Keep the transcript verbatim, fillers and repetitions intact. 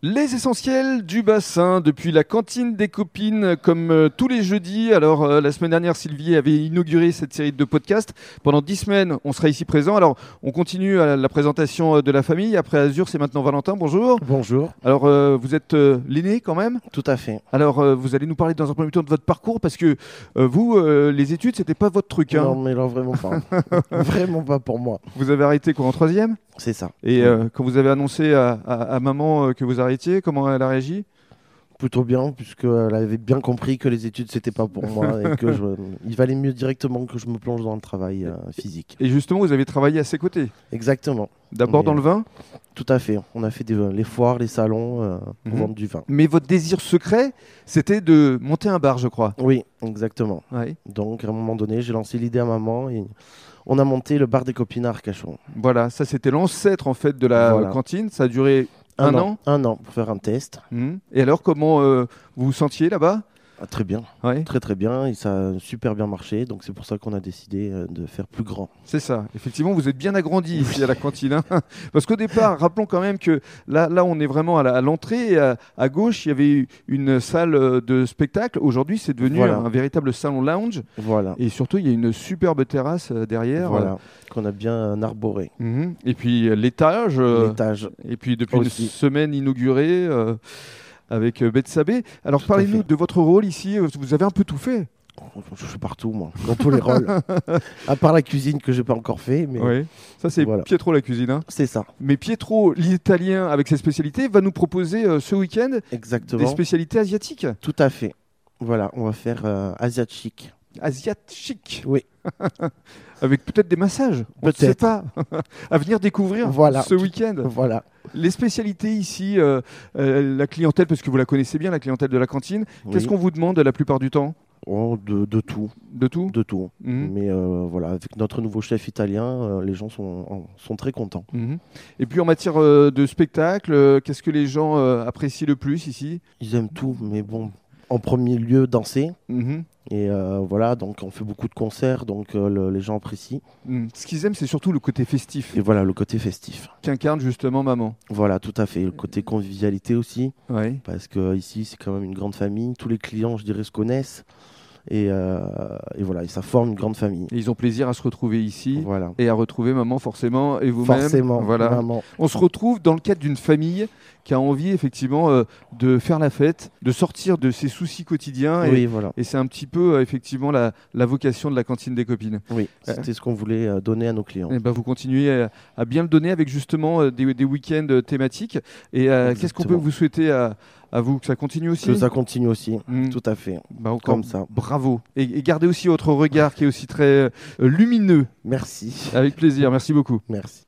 Les essentiels du bassin, depuis la cantine des copines, comme euh, tous les jeudis. Alors, euh, la semaine dernière, Sylvie avait inauguré cette série de podcasts. Pendant dix semaines, on sera ici présent. Alors, on continue à la présentation de la famille. Après Azur, c'est maintenant Valentin. Bonjour. Bonjour. Alors, euh, vous êtes euh, l'aîné quand même ? Tout à fait. Alors, euh, vous allez nous parler dans un premier temps de votre parcours, parce que euh, vous, euh, les études, c'était pas votre truc. Hein. Non, mais là, vraiment pas. Vraiment pas pour moi. Vous avez arrêté quoi, en troisième ? C'est ça. Et euh, quand vous avez annoncé à, à, à maman euh, que vous arrêtiez, comment elle a réagi ? Plutôt bien, puisqu'elle avait bien compris que les études, c'était pas pour moi et que je... il valait mieux directement que je me plonge dans le travail euh, physique. Et justement, vous avez travaillé à ses côtés ? Exactement. D'abord Mais, dans le vin ? Tout à fait. On a fait des, les foires, les salons euh, pour Mhm. vendre du vin. Mais votre désir secret, c'était de monter un bar, je crois. Oui, exactement. Ouais. Donc, à un moment donné, j'ai lancé l'idée à maman et on a monté le bar des copines à Arcachon. Voilà, ça c'était l'ancêtre en fait de la Voilà. cantine. Ça a duré un, Un an. an. Un an pour faire un test. Mhm. Et alors, comment euh, vous vous sentiez là-bas ? Ah, très bien. Ouais. Très très bien et ça a super bien marché, donc c'est pour ça qu'on a décidé euh, de faire plus grand. C'est ça. Effectivement, vous êtes bien agrandi ici à la cantine. Hein. Parce qu'au départ, rappelons quand même que là, là on est vraiment à, la- à l'entrée. Et à, à gauche, il y avait une salle euh, de spectacle. Aujourd'hui, c'est devenu Voilà. un véritable salon lounge. Voilà, Et surtout, il y a une superbe terrasse euh, derrière. voilà, qu'on a bien arboré. Mhm. Et puis euh, l'étage. euh, L'étage, Et puis depuis Aussi. une semaine inaugurée euh, avec euh, Bethsabée. Alors Tout à parlez-nous fait. de votre rôle ici. euh, Vous avez un peu tout fait. je suis partout moi, dans tous les rôles. À part la cuisine que j'ai pas encore fait, mais Oui. Ça c'est Voilà. Pietro la cuisine. Hein. c'est ça, Mais Pietro, l'italien avec ses spécialités, va nous proposer euh, ce week-end des exactement. spécialités asiatiques. Tout à fait. Voilà, on va faire euh, Asiat chic. Asiatiques. Oui. Avec peut-être des massages. On ne sait Peut-être. pas. À venir découvrir Voilà. ce week-end. Voilà. Les spécialités ici, euh, euh, la clientèle, parce que vous la connaissez bien, la clientèle de la cantine. Qu'est-ce Oui. qu'on vous demande la plupart du temps ? Oh, de, de tout, De tout ? de tout. Mhm. Mais euh, voilà, avec notre nouveau chef italien, euh, les gens sont, en- sont très contents. Mhm. Et puis en matière euh, de spectacle, euh, qu'est-ce que les gens euh, apprécient le plus ici ? Ils aiment tout, mais bon, en premier lieu, danser. Mhm. Et euh, voilà, donc on fait beaucoup de concerts, donc euh, le- les gens apprécient. Mhm. Ce qu'ils aiment, c'est surtout le côté festif Et voilà, le côté festif. qu'incarne justement maman. Voilà, tout à fait. Le côté convivialité aussi, Ouais. parce que euh, ici, c'est quand même une grande famille. Tous les clients, je dirais, se connaissent. Et, euh, et voilà, et ça forme une grande famille. Et ils ont plaisir à se retrouver ici Voilà. et à retrouver maman forcément et vous-même. Forcément, Voilà. maman. On se retrouve dans le cadre d'une famille qui a envie effectivement euh, de faire la fête, de sortir de ses soucis quotidiens. Et, Oui, voilà. et c'est un petit peu euh, effectivement la, la vocation de la cantine des copines. Oui, c'était ce qu'on voulait euh, donner à nos clients. Et ben, vous continuez à, à bien le donner avec justement euh, des, des week-ends euh, thématiques. Et euh, qu'est-ce qu'on peut Exactement. vous souhaiter à, à vous ? Que ça continue aussi ? Que ça continue aussi, Mm. tout à fait. Bah, encore Comme ça. bravo. Et, et gardez aussi votre regard qui est aussi très euh, lumineux. Merci. Avec plaisir. Merci beaucoup. Merci.